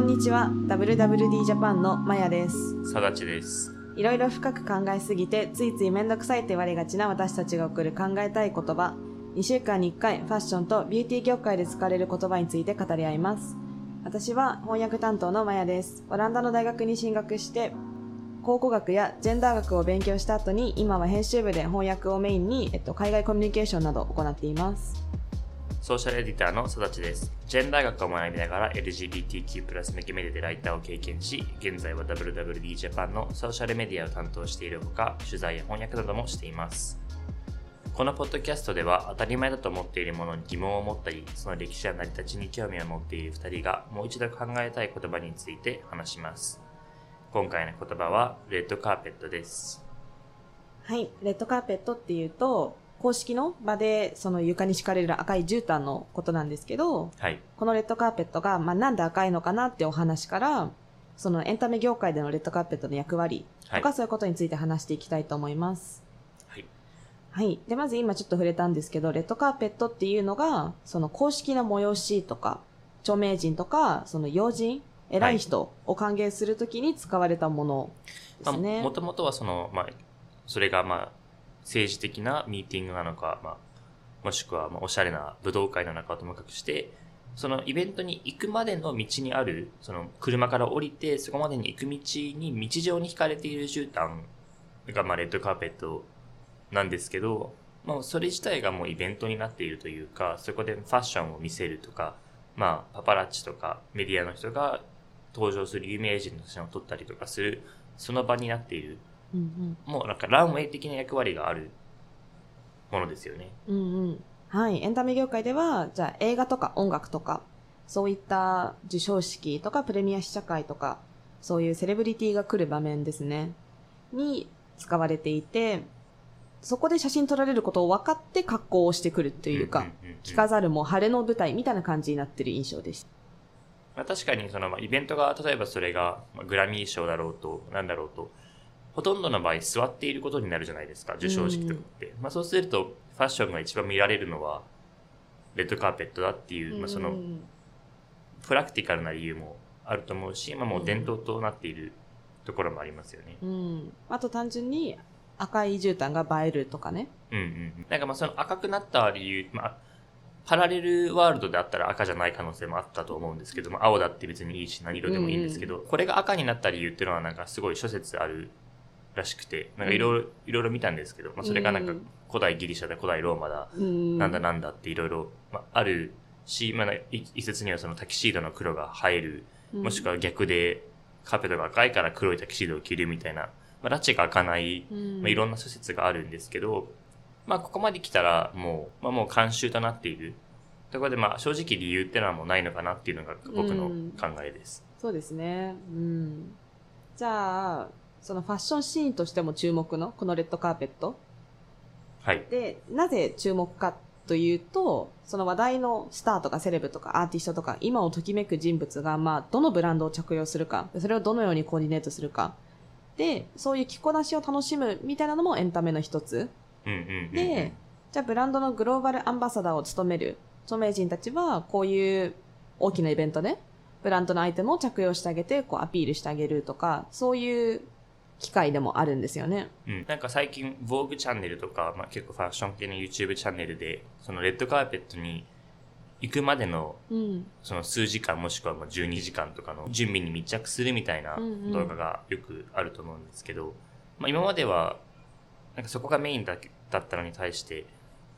んにちは。 WWD ジャパンのまやです。 さだちです。 いろいろ深く考えすぎてついついめんどくさいと言われがちな私たちが送る考えたい言葉、2週間に1回ファッションとビューティー業界で使われる言葉について語り合います。私は翻訳担当のまやです。オランダの大学に進学して考古学やジェンダー学を勉強した後に、今は編集部で翻訳をメインに、海外コミュニケーションなどを行っています。 ソーシャルエディターのさだちです。ジェンダー学を学びながら LGBTQ+ 向けメディアでライターを経験し、現在は WWD ジャパンのソーシャルメディアを担当しているほか、取材や翻訳などもしています。このポッドキャストでは、当たり前だと思っているものに疑問を持ったり、その歴史や成り立ちに興味を持っている2人がもう一度考えたい言葉について話します。今回の言葉はレッドカーペットです。 はい、レッドカーペットっていうと、公式の場でその床に敷かれる赤い絨毯のことなんですけど、 はい、 このレッドカーペットが、なんで赤いのかなってお話から、そのエンタメ業界でのレッドカーペットの役割とか、そういうことについて話していきたいと思います。 はい。 はい。で、まず今ちょっと触れたんですけど、レッドカーペットっていうのが、その公式な催しとか、著名人とか、その要人、偉い人を歓迎するときに使われたものですね。 もともとはそれが政治的なミーティングなのか、もしくはおしゃれな武道会なのかともかくして、そのイベントに行くまでの道にある、その車から降りてそこまでに行く道に道上に引かれている絨毯がレッドカーペットなんですけど、それ自体がもうイベントになっているというか、そこでファッションを見せるとか、パパラッチとかメディアの人が登場する有名人の写真を撮ったりとかする、その場になっている。もうなんかランウェイ的な役割があるものですよね。 はい。エンタメ業界では、じゃあ映画とか音楽とか、そういった授賞式とかプレミア試写会とか、そういうセレブリティが来る場面ですね。に使われていて、そこで写真撮られることを分かって格好をしてくるというか、着飾るも晴れの舞台みたいな感じになってる印象です。 確かにそのイベントが、例えばそれがグラミー賞だろうと、なんだろうと、ほとんどの場合座っていることになるじゃないですか、授賞式とかって。そうするとファッションが一番見られるのはレッドカーペットだっていう、そのプラクティカルな理由もあると思うし、もう伝統となっているところもありますよね。 あと単純に赤い絨毯が映えるとかね。 なんかその赤くなった理由、パラレルワールドであったら赤じゃない可能性もあったと思うんですけど、青だって別にいいし何色でもいいんですけど、これが赤になった理由っていうのはなんかすごい諸説あるらしくて、なんかいろいろ見たんですけど、それがなんか古代ギリシャだ、古代ローマだ、なんだっていろいろあるし、一説にはそのタキシードの黒が映える、もしくは逆でカーペットが赤いから黒いタキシードを着るみたいな、拉致が開かない、いろんな諸説があるんですけど、ここまで来たらもう慣習となっているところで、正直理由ってのはもうないのかなっていうのが僕の考えです。 そうですね。じゃあ、そのファッションシーンとしても注目のこのレッドカーペット。 はい。 で、なぜ注目かというと、その話題のスターとかセレブとかアーティストとか、今をときめく人物が、どのブランドを着用するか、それをどのようにコーディネートするか。で、そういう着こなしを楽しむみたいなのもエンタメの一つ。で、じゃあブランドのグローバルアンバサダーを務める著名人たちは、こういう大きなイベントで、ブランドのアイテムを着用してあげて、アピールしてあげるとか、そういう機会でもあるんですよね。 なんか最近、Vogue チャンネルとか、結構ファッション系の YouTube チャンネルで、そのレッドカーペットに行くまでの、その数時間もしくは12時間とかの準備に密着するみたいな動画がよくあると思うんですけど、今までは、なんかそこがメインだったのに対して、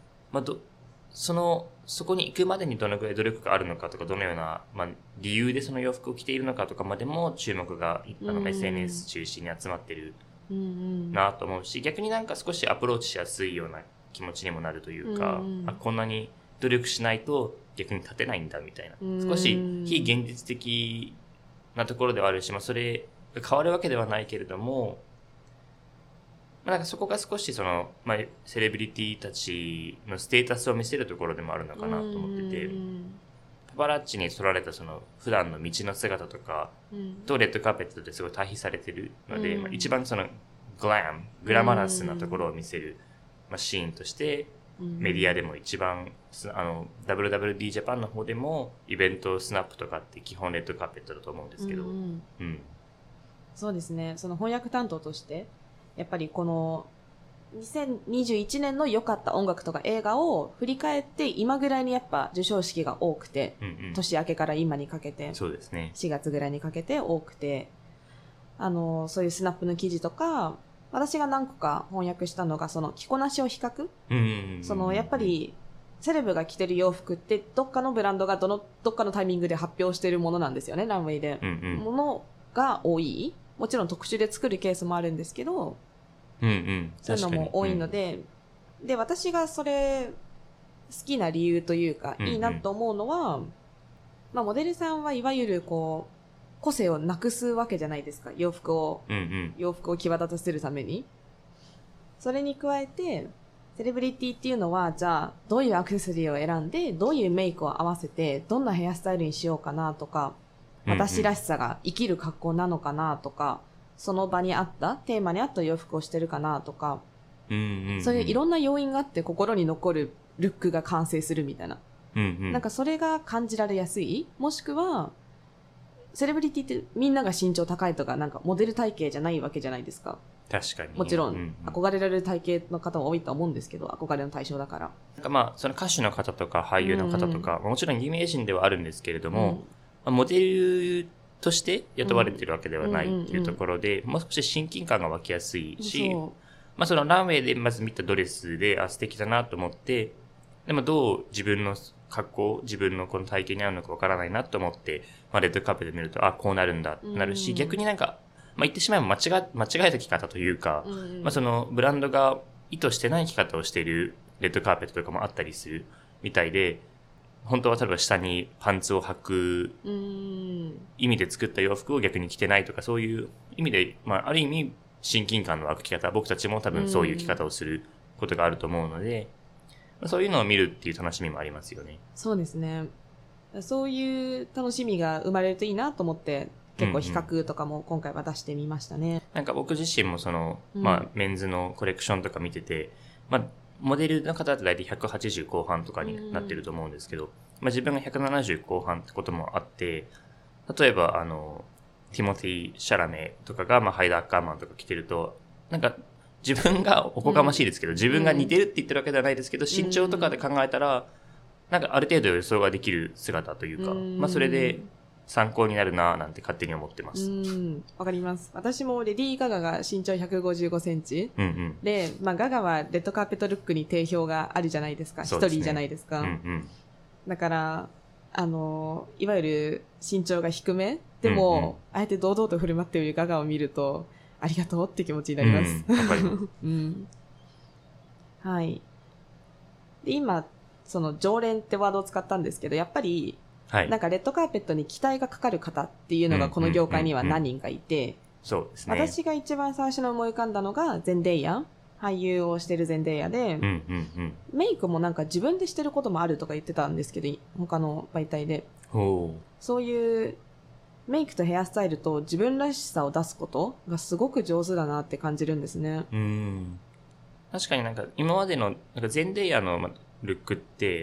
そこに行くまでにどのくらい努力があるのかとか、どのような、理由でその洋服を着ているのかとかまでも注目が、SNS 中心に集まってるなと思うし、逆になんか少しアプローチしやすいような気持ちにもなるというか、こんなに努力しないと逆に立てないんだみたいな。少し非現実的なところではあるし、それが変わるわけではないけれども、なんかそこが少しその、セレブリティたちのステータスを見せるところでもあるのかなと思ってて、パパラッチに撮られたその普段の道の姿とかとレッドカーペットですごい対比されてるので、一番そのグラマラスなところを見せる、シーンとしてメディアでも一番、WWD ジャパンの方でもイベントスナップとかって基本レッドカーペットだと思うんですけど、 そうですね。その翻訳担当として、やっぱりこの2021年の良かった音楽とか映画を振り返って今ぐらいにやっぱ授賞式が多くて、年明けから今にかけて、 そうですね。 4月ぐらいにかけて多くて、そういうスナップの記事とか、私が何個か翻訳したのが、その着こなしを比較、そのやっぱりセレブが着てる洋服ってどっかのブランドがどっかのタイミングで発表してるものなんですよね、ランウェイで。ものが多い。もちろん特殊で作るケースもあるんですけど、そういうのも多いので、で、私がそれ好きな理由というか、いいなと思うのは、まあモデルさんはいわゆるこう、個性をなくすわけじゃないですか。洋服を際立たせるために。それに加えて、セレブリティっていうのは、じゃあ、どういうアクセサリーを選んで、どういうメイクを合わせて、どんなヘアスタイルにしようかなとか、私らしさが生きる格好なのかなとか、その場に合った、テーマに合った洋服をしてるかなとか、そういういろんな要因があって心に残るルックが完成するみたいな。なんかそれが感じられやすい。もしくは、セレブリティってみんなが身長高いとか、なんかモデル体型じゃないわけじゃないですか。 確かに。 もちろん、憧れられる体型の方も多いと思うんですけど、憧れの対象だから。 なんかまあ、その歌手の方とか俳優の方とか、もちろん有名人ではあるんですけれども、モデルとして雇われているわけではないっていうところで、もう少し親近感が湧きやすいし、まあそのランウェイでまず見たドレスで、素敵だなと思って、でもどう自分の格好、自分のこの体型に合うのかわからないなと思って、まあレッドカーペットで見ると、こうなるんだってなるし、逆になんか、まあ言ってしまえば間違えた着方というか、まあそのブランドが意図してない着方をしているレッドカーペットとかもあったりするみたいで、本当は例えば下にパンツを履く意味で作った洋服を逆に着てないとか、そういう意味で、まあある意味親近感の湧く着方、僕たちも多分そういう着方をすることがあると思うので、そういうのを見るっていう楽しみもありますよね。 そうですね。そういう楽しみが生まれるといいなと思って、結構比較とかも今回は出してみましたね。 なんか僕自身もその、まあメンズのコレクションとか見てて、まあモデルの方だと大体180後半とかになってると思うんですけど、まあ自分が170後半ってこともあって、例えばティモティ・シャラメとかが、まあハイダー・アッカーマンとか着てると、なんか自分がおこがましいですけど、自分が似てるって言ってるわけではないですけど、身長とかで考えたら、なんかある程度予想ができる姿というか、まあそれで参考になるなぁなんて勝手に思ってます。 わかります。私もレディー・ガガが身長155センチ。で、まあガガはレッドカーペットルックに定評があるじゃないですか。一人じゃないですか。だから、いわゆる身長が低めでも、あえて堂々と振る舞っているガガを見ると、ありがとうって気持ちになります。 わかります。 はい。で、今、その常連ってワードを使ったんですけど、やっぱり、なんかレッドカーペットに期待がかかる方っていうのがこの業界には何人かいて、 そうですね。 私が一番最初に思い浮かんだのがゼンデイヤ、俳優をしてるゼンデイヤで、メイクもなんか自分でしてることもあるとか言ってたんですけど、他の媒体で。そういうメイクとヘアスタイルと自分らしさを出すことがすごく上手だなって感じるんですね。 確かになんか今までの、なんかゼンデイヤのルックって、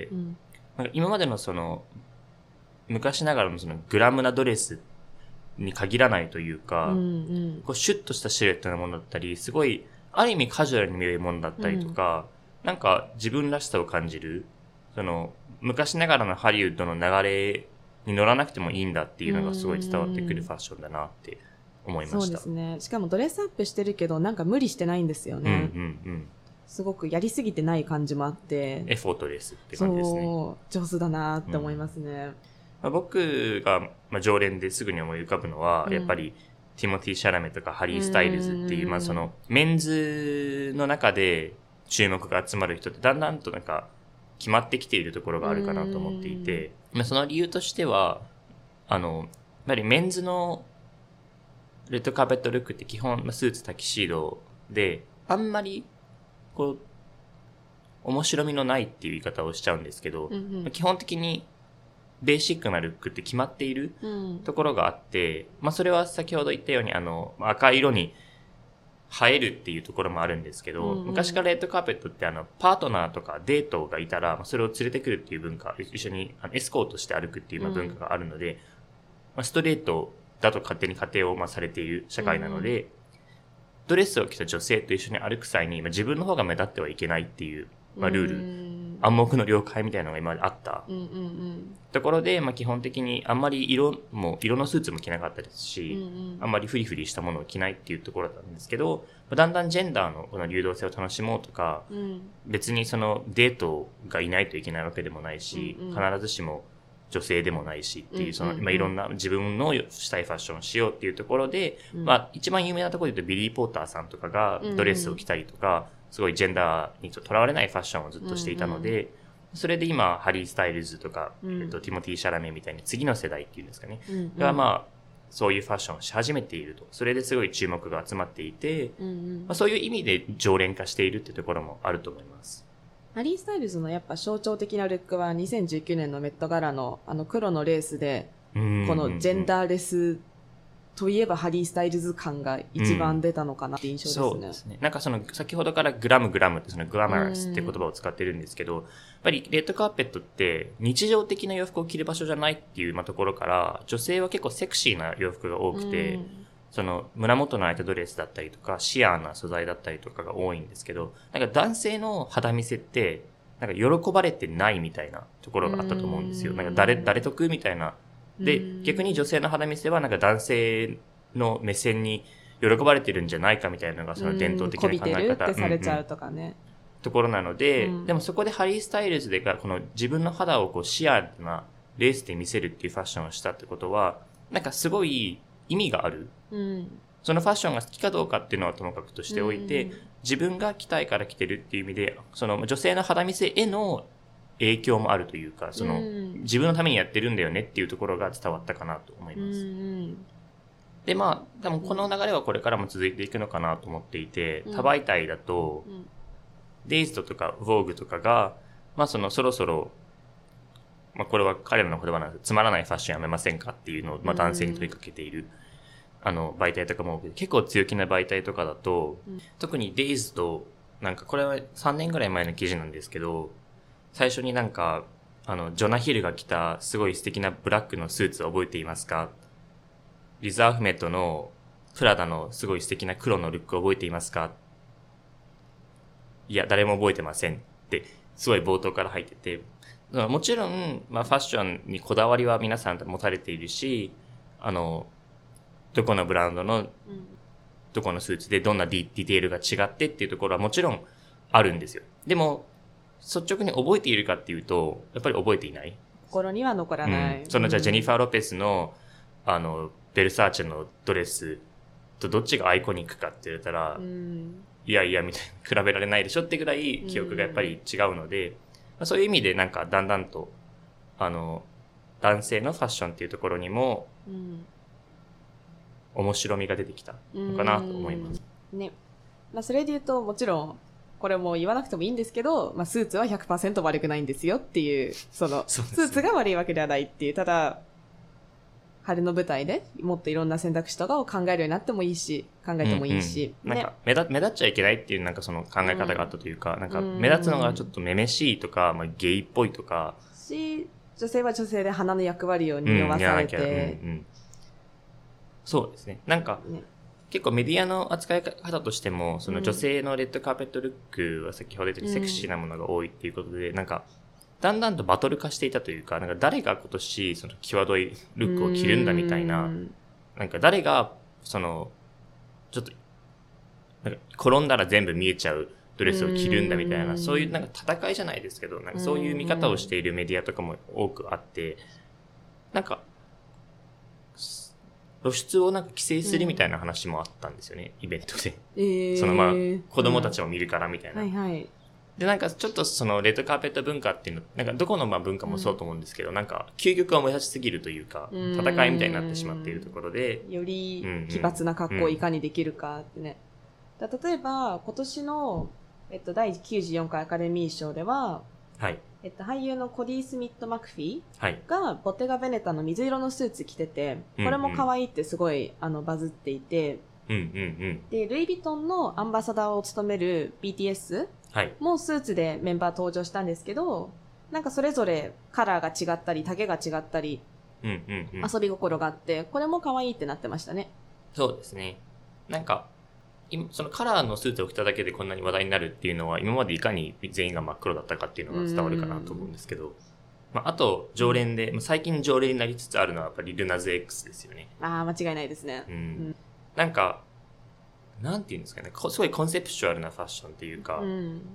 なんか今までのその、昔ながらのそのグラムなドレスに限らないというか、こうシュッとしたシルエットのものだったり、すごい、ある意味カジュアルに見えるものだったりとか、なんか自分らしさを感じる、その、昔ながらのハリウッドの流れに乗らなくてもいいんだっていうのがすごい伝わってくるファッションだなって思いました。 そうですね。しかもドレスアップしてるけど、なんか無理してないんですよね。すごくやりすぎてない感じもあって。 エフォートレスって感じですね。 そう、上手だなって思いますね。 僕が、常連ですぐに思い浮かぶのは、やっぱりティモティ・シャラメとかハリー・スタイルズっていう、そのメンズの中で注目が集まる人ってだんだんとなんか決まってきているところがあるかなと思っていて、その理由としては、やはりメンズのレッドカーペットルックって基本、スーツ、タキシードで、あんまりこう面白みのないっていう言い方をしちゃうんですけど、基本的にベーシックなルックって決まっているところがあって、それは先ほど言ったように赤い色に映えるっていうところもあるんですけど、昔からレッドカーペットってパートナーとかデートがいたら、それを連れてくるっていう文化、一緒にエスコートして歩くっていう文化があるので、ストレートだと勝手に仮定をされている社会なので、ドレスを着た女性と一緒に歩く際に、自分の方が目立ってはいけないっていう、ルール、暗黙の了解みたいなのが今まであったところで、基本的にあんまり色のスーツも着なかったですし、あんまりフリフリしたものを着ないっていうところだったんですけど、だんだんジェンダーのこの流動性を楽しもうとか、別にそのデートがいないといけないわけでもないし、必ずしも女性でもないしっていう、いろんな自分のしたいファッションをしようっていうところで、一番有名なところで言うとビリー・ポーターさんとかがドレスを着たりとか、すごいジェンダーにとらわれないファッションをずっとしていたので、それで今、ハリー・スタイルズとか、ティモティ・シャラメみたいに次の世代っていうんですかね。がそういうファッションをし始めていると。それですごい注目が集まっていて、そういう意味で常連化しているっていうところもあると思います。 ハリー・スタイルズのやっぱ象徴的なルックは2019年のメットガラの黒のレースで、このジェンダーレスといえばハリー・スタイルズ感が一番出たのかなって印象ですね。 そうですね。なんか先ほどからグラムってグラマラスって言葉を使ってるんですけど、やっぱりレッドカーペットって日常的な洋服を着る場所じゃないっていうところから、女性は結構セクシーな洋服が多くて、胸元の開いたドレスだったりとか、シアーな素材だったりとかが多いんですけど、なんか男性の肌見せって、なんか喜ばれてないみたいなところがあったと思うんですよ。なんか誰得みたいな。で、逆に女性の肌見せはなんか男性の目線に喜ばれてるんじゃないかみたいなのがその伝統的な考え方。 媚びてるってされちゃうとかね。 ところなので、でもそこでハリー・スタイルズでこの自分の肌をシアーなレースで見せるっていうファッションをしたってことは、なんかすごい意味がある。そのファッションが好きかどうかっていうのはともかくとしておいて、自分が着たいから着てるっていう意味で、その女性の肌見せへの影響もあるというか、自分のためにやってるんだよねっていうところが伝わったかなと思います。で、多分この流れはこれからも続いていくのかなと思っていて、多媒体だと、デイズトとかヴォーグとかが、そろそろ、これは彼らの言葉なんです。つまらないファッションやめませんかっていうのを、男性に問いかけている、媒体とかも結構強気な媒体とかだと、特にデイズと、なんかこれは3年ぐらい前の記事なんですけど、最初になんか、ジョナヒルが着たすごい素敵なブラックのスーツを覚えていますか？リザーフメットのプラダのすごい素敵な黒のルックを覚えていますか？いや、誰も覚えてませんって、すごい冒頭から入ってて、もちろん、ファッションにこだわりは皆さん持たれているし、どこのブランドの、どこのスーツでどんなディテールが違ってっていうところはもちろんあるんですよ。でも、率直に覚えているかっていうと、やっぱり覚えていない。 心には残らない。 じゃあジェニファー・ロペスの、ベルサーチェのドレスとどっちがアイコニックかって言ったら、いやいやみたいな、比べられないでしょってぐらい記憶がやっぱり違うので、そういう意味でなんかだんだんと、男性のファッションっていうところにも、面白みが出てきたのかなと思います。 ね。それで言うと、もちろん、これも言わなくてもいいんですけど、スーツは 100% 悪くないんですよっていう、スーツが悪いわけではないっていう、ただ、春の舞台でもっといろんな選択肢とかを考えるようになってもいいし、考えてもいいし。 なんか目立っちゃいけないっていうなんかその考え方があったというか、なんか目立つのがちょっとめめしいとか、ゲイっぽいとか。 女性は女性で花の役割を担わされて。 そうですね。なんか、結構メディアの扱い方としても、その女性のレッドカーペットルックは先ほど言ったセクシーなものが多いっていうことで、なんか、だんだんとバトル化していたというか、なんか誰が今年その際どいルックを着るんだみたいな、なんか誰がその、ちょっと、なんか転んだら全部見えちゃうドレスを着るんだみたいな、そういうなんか戦いじゃないですけど、なんかそういう見方をしているメディアとかも多くあって、なんか、露出をなんか規制するみたいな話もあったんですよね、イベントで。その子供たちも見るからみたいな。で、なんかちょっとそのレッドカーペット文化っていうの、なんかどこの文化もそうと思うんですけど、なんか究極を目指しすぎるというか、戦いみたいになってしまっているところで。 より奇抜な格好をいかにできるかってね。例えば、今年の、第94回アカデミー賞では、俳優のコディ・スミット・マクフィーがボテガ・ベネタの水色のスーツ着てて、これも可愛いってすごいバズっていて、 うんうんうん。 で、ルイ・ヴィトンのアンバサダーを務める BTS はい。 もスーツでメンバー登場したんですけど、なんかそれぞれカラーが違ったり、丈が違ったり、 うんうんうん。 遊び心があって、これも可愛いってなってましたね。 そうですね。なんか、そのカラーのスーツを着ただけでこんなに話題になるっていうのは、今までいかに全員が真っ黒だったかっていうのが伝わるかなと思うんですけど、まあ、あと、常連で、最近常連になりつつあるのはやっぱりリルナズ X ですよね。 ああ、間違いないですね。 なんか、なんていうんですかね、すごいコンセプチュアルなファッションっていうか、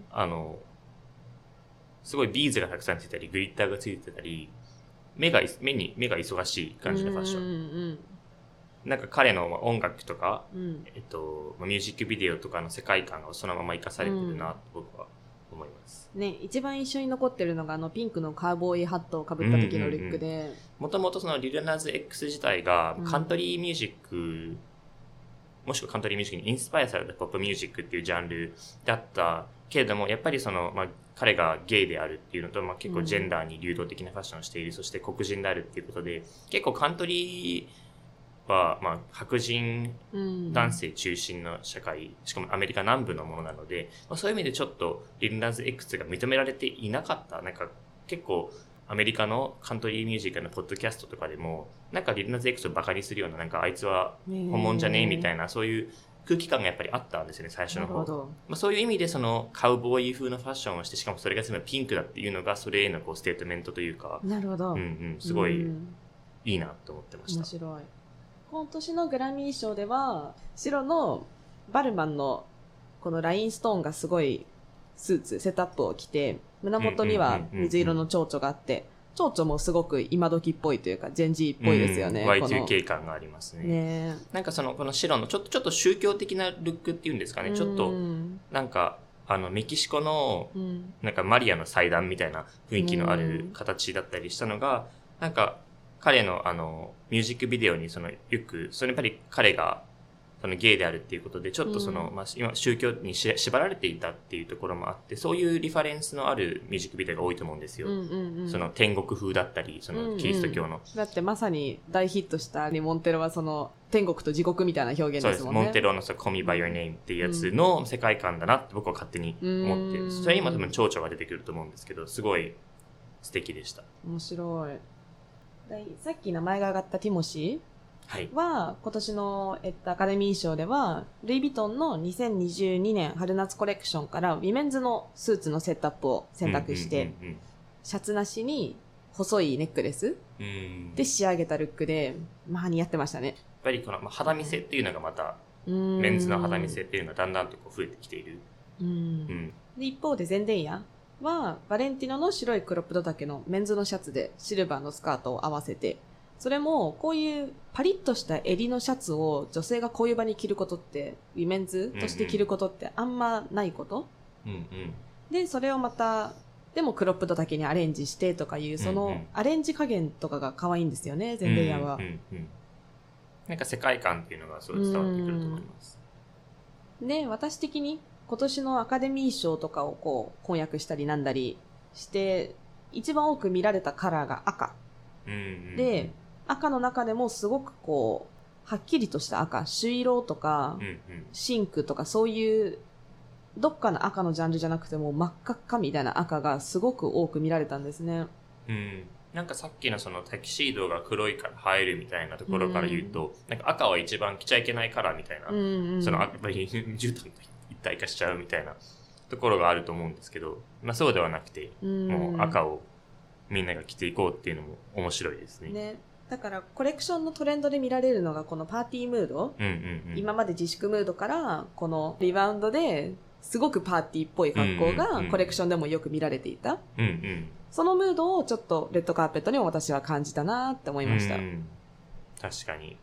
すごいビーズがたくさんついたり、グリッターがついてたり、目が忙しい感じのファッション。なんか彼の音楽とか、ミュージックビデオとかの世界観がそのまま活かされてるなと僕は思います。 ね、一番印象に残ってるのがピンクのカウボーイハットをかぶった時のルックで。 もともとそのリルナーズ X 自体がカントリーミュージック、もしくはカントリーミュージックにインスパイアされたポップミュージックっていうジャンルだったけれども、やっぱり彼がゲイであるっていうのと、結構ジェンダーに流動的なファッションをしている、そして黒人であるっていうことで、結構カントリーは、白人男性中心の社会、しかもアメリカ南部のものなので、そういう意味でちょっとリルナーズ X が認められていなかった。なんか結構アメリカのカントリーミュージックのポッドキャストとかでも、なんかリルナーズ X をバカにするような、なんかあいつは本物じゃねえみたいな、そういう空気感がやっぱりあったんですよね、最初の方。そういう意味でそのカウボーイ風のファッションをして、しかもそれが全部ピンクだっていうのが、それへのステートメントというか、 なるほど。 すごいいいなと思ってました。 面白い。今年のグラミー賞では、白のバルマンのこのラインストーンがすごいスーツ、セットアップを着て、胸元には水色の蝶々があって、蝶々もすごく今時っぽいというか、ジェンジーっぽいですよね。 Y2K 感がありますね。なんかこの白のちょっと宗教的なルックっていうんですかね。ちょっと、なんか、メキシコの、なんかマリアの祭壇みたいな雰囲気のある形だったりしたのが、なんか、彼のミュージックビデオによく、やっぱり彼が、ゲイであるっていうことで、ちょっと今、宗教に縛られていたっていうところもあって、そういうリファレンスのあるミュージックビデオが多いと思うんですよ。天国風だったり、キリスト教の。 だってまさに大ヒットしたモンテロは天国と地獄みたいな表現ですもんね。 そうです。モンテロのCall Me By Your Name っていうやつの世界観だなって僕は勝手に思って、それにも多分蝶々が出てくると思うんですけど、すごい素敵でした。 面白い。さっき名前が挙がったティモシーは、今年の、アカデミー賞では、ルイ・ヴィトンの2022年春夏コレクションからウィメンズのスーツのセットアップを選択して、シャツなしに細いネックレスで仕上げたルックで、似合ってましたね。やっぱりこの肌見せっていうのがまた、メンズの肌見せっていうのがだんだんと増えてきている。 で一方でゼンデイヤは、バレンティノの白いクロップド丈のメンズのシャツでシルバーのスカートを合わせて、それもこういうパリッとした襟のシャツを女性がこういう場に着ることって、ウィメンズとして着ることってあんまないこと、で、それをまた、でもクロップド丈にアレンジしてとかいう、そのアレンジ加減とかが可愛いんですよね、ゼンデイヤは。 なんか世界観っていうのがすごい伝わってくると思います。 で、私的に今年のアカデミー賞とかを翻訳したりなんだりして、一番多く見られたカラーが赤。で、赤の中でもすごくはっきりとした赤、朱色とか、シンクとかそういうどっかの赤のジャンルじゃなくても真っ赤っかみたいな赤がすごく多く見られたんですね。 なんかさっきのタキシードが黒いから映えるみたいなところから言うと、なんか赤は一番着ちゃいけないカラーみたいな、やっぱり絨毯と一体化しちゃうみたいなところがあると思うんですけど、そうではなくて、もう赤をみんなが着ていこうっていうのも面白いですね。 だからコレクションのトレンドで見られるのがこのパーティームード、今まで自粛ムードからこのリバウンドですごくパーティーっぽい格好がコレクションでもよく見られていた。そのムードをちょっとレッドカーペットにも私は感じたなって思いました。 確かに。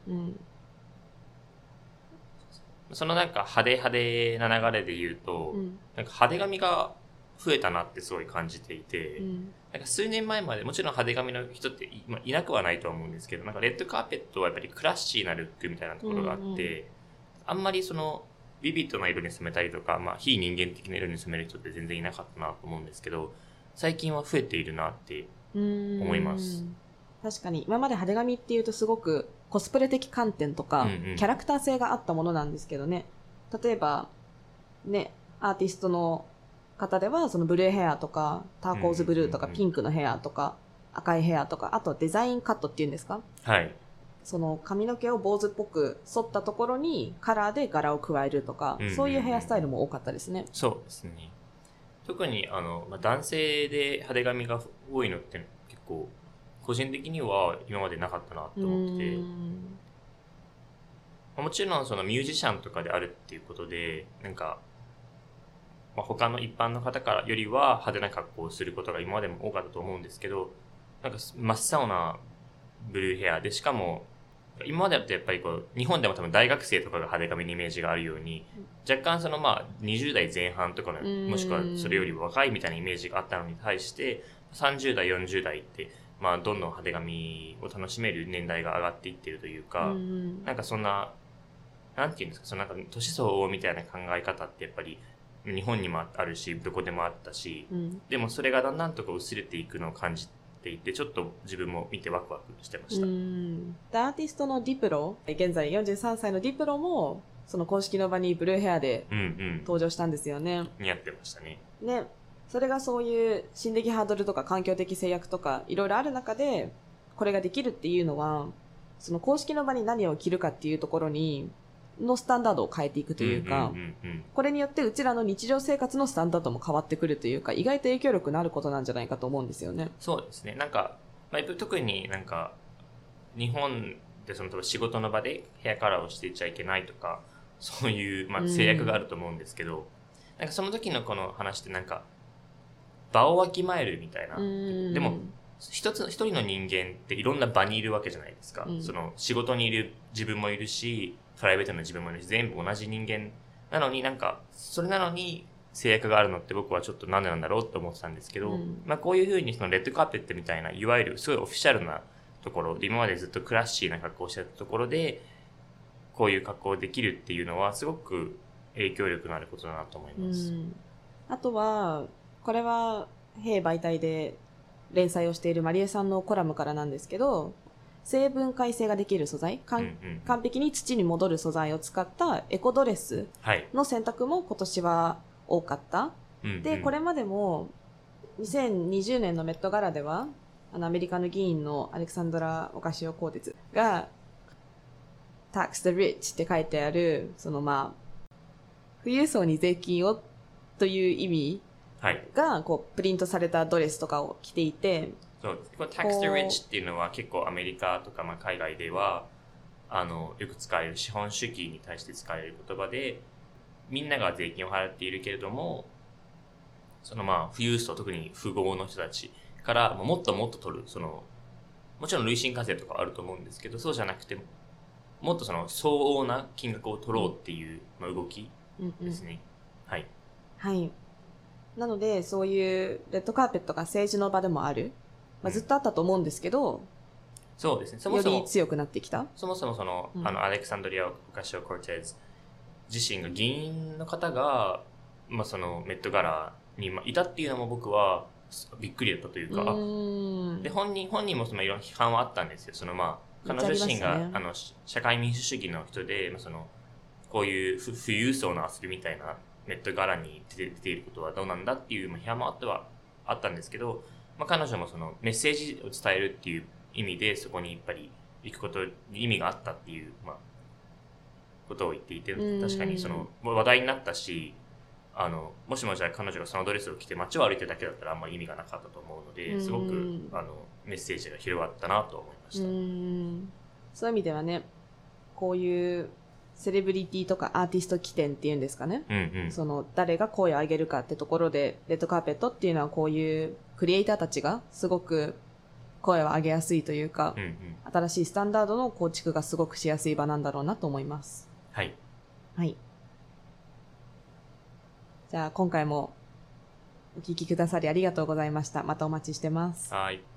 そのなんか派手な流れで言うと、なんか派手髪が増えたなってすごい感じていて、なんか数年前までもちろん派手髪の人っていなくはないと思うんですけど、なんかレッドカーペットはやっぱりクラッシーなルックみたいなところがあって、あんまりビビッドな色に染めたりとか、非人間的な色に染める人って全然いなかったなと思うんですけど、最近は増えているなって思います。 確かに今まで派手髪っていうとすごくコスプレ的観点とか、 うんうん、 キャラクター性があったものなんですけどね。例えば、ね、アーティストの方では、そのブルーヘアとか、ターコーズブルーとか、ピンクのヘアとか、赤いヘアとか、あとデザインカットっていうんですか？ はい。 その髪の毛を坊主っぽく剃ったところにカラーで柄を加えるとか、そういうヘアスタイルも多かったですね。 そうですね。特に男性で派手髪が多いのって結構、個人的には今までなかったなと思ってて、もちろんそのミュージシャンとかであるっていうことで、なんか、他の一般の方からよりは派手な格好をすることが今までも多かったと思うんですけど、なんか真っ青なブルーヘアで、しかも今までだとやっぱり日本でも多分大学生とかが派手髪のイメージがあるように、若干その20代前半とかの、もしくはそれより若いみたいなイメージがあったのに対して、30代、40代って、どんどん派手髪を楽しめる年代が上がっていってるというか、なんかそんな、なんていうんですか、そのなんか年相応みたいな考え方ってやっぱり日本にもあるし、どこでもあったし、でもそれがだんだんと薄れていくのを感じていて、ちょっと自分も見てワクワクしてました。 アーティストのディプロ、現在43歳のディプロも、その公式の場にブルーヘアで登場したんですよね。 似合ってましたね。 ね。それがそういう心的ハードルとか環境的制約とかいろいろある中で、これができるっていうのは、その公式の場に何を着るかっていうところのスタンダードを変えていくというか、これによってうちらの日常生活のスタンダードも変わってくるというか、意外と影響力のあることなんじゃないかと思うんですよね。 そうですね。なんか、特になんか、日本でその仕事の場でヘアカラーをしていちゃいけないとか、そういう制約があると思うんですけど、なんかその時のこの話ってなんか、場をわきまえるみたいな。でも、一人の人間っていろんな場にいるわけじゃないですか。その仕事にいる自分もいるし、プライベートの自分もいるし、全部同じ人間なのになんか、それなのに制約があるのって僕はちょっと何でなんだろうって思ってたんですけど、こういう風にそのレッドカーペットみたいな、いわゆるすごいオフィシャルなところで、今までずっとクラッシーな格好をしてたところで、こういう格好できるっていうのはすごく影響力のあることだなと思います。 あとは、これは、弊媒体で連載をしているマリエさんのコラムからなんですけど、生分解性ができる素材、完璧に土に戻る素材を使ったエコドレスの選択も今年は多かった。で、これまでも2020年のメットガラでは、アメリカの議員のアレクサンドラ・オカシオ・コーテツが Tax the Rich って書いてある、その富裕層に税金をという意味がプリントされたドレスとかを着ていて、 そうです。これ tax the rich っていうのは結構アメリカとか海外ではよく使える資本主義に対して使える言葉で、みんなが税金を払っているけれども、その富裕層、特に富豪の人たちからもっともっと取る、もちろん累進課税とかあると思うんですけど、そうじゃなくてもっと相応な金額を取ろうっていう動きですね。はい。 はい。なので、そういうレッドカーペットが政治の場でもある。ずっとあったと思うんですけど、 そうですね。 より強くなってきた。 そもそもアレクサンドリア・オカシオ・コルテズ自身が議員の方が、そのメットガラにいたっていうのも僕はびっくりだったというか、で、本人もいろんな批判はあったんですよ。彼女自身が、社会民主主義の人で、こういう富裕層の遊びみたいなメットガラに出ていることはどうなんだっていう批判もあったんですけど、彼女もメッセージを伝えるっていう意味でそこにやっぱり行くことに意味があったっていう、ことを言っていて、確かに話題になったし、もしもじゃあ彼女がそのドレスを着て街を歩いてるだけだったらあんまり意味がなかったと思うので、すごくメッセージが広がったなと思いました。 そういう意味ではね、こういうセレブリティとかアーティスト起点っていうんですかね、誰が声を上げるかってところで、レッドカーペットっていうのはこういうクリエイターたちがすごく声を上げやすいというか、新しいスタンダードの構築がすごくしやすい場なんだろうなと思います。 はい。 はい。じゃあ今回もお聞きくださりありがとうございました。またお待ちしてます。 はい。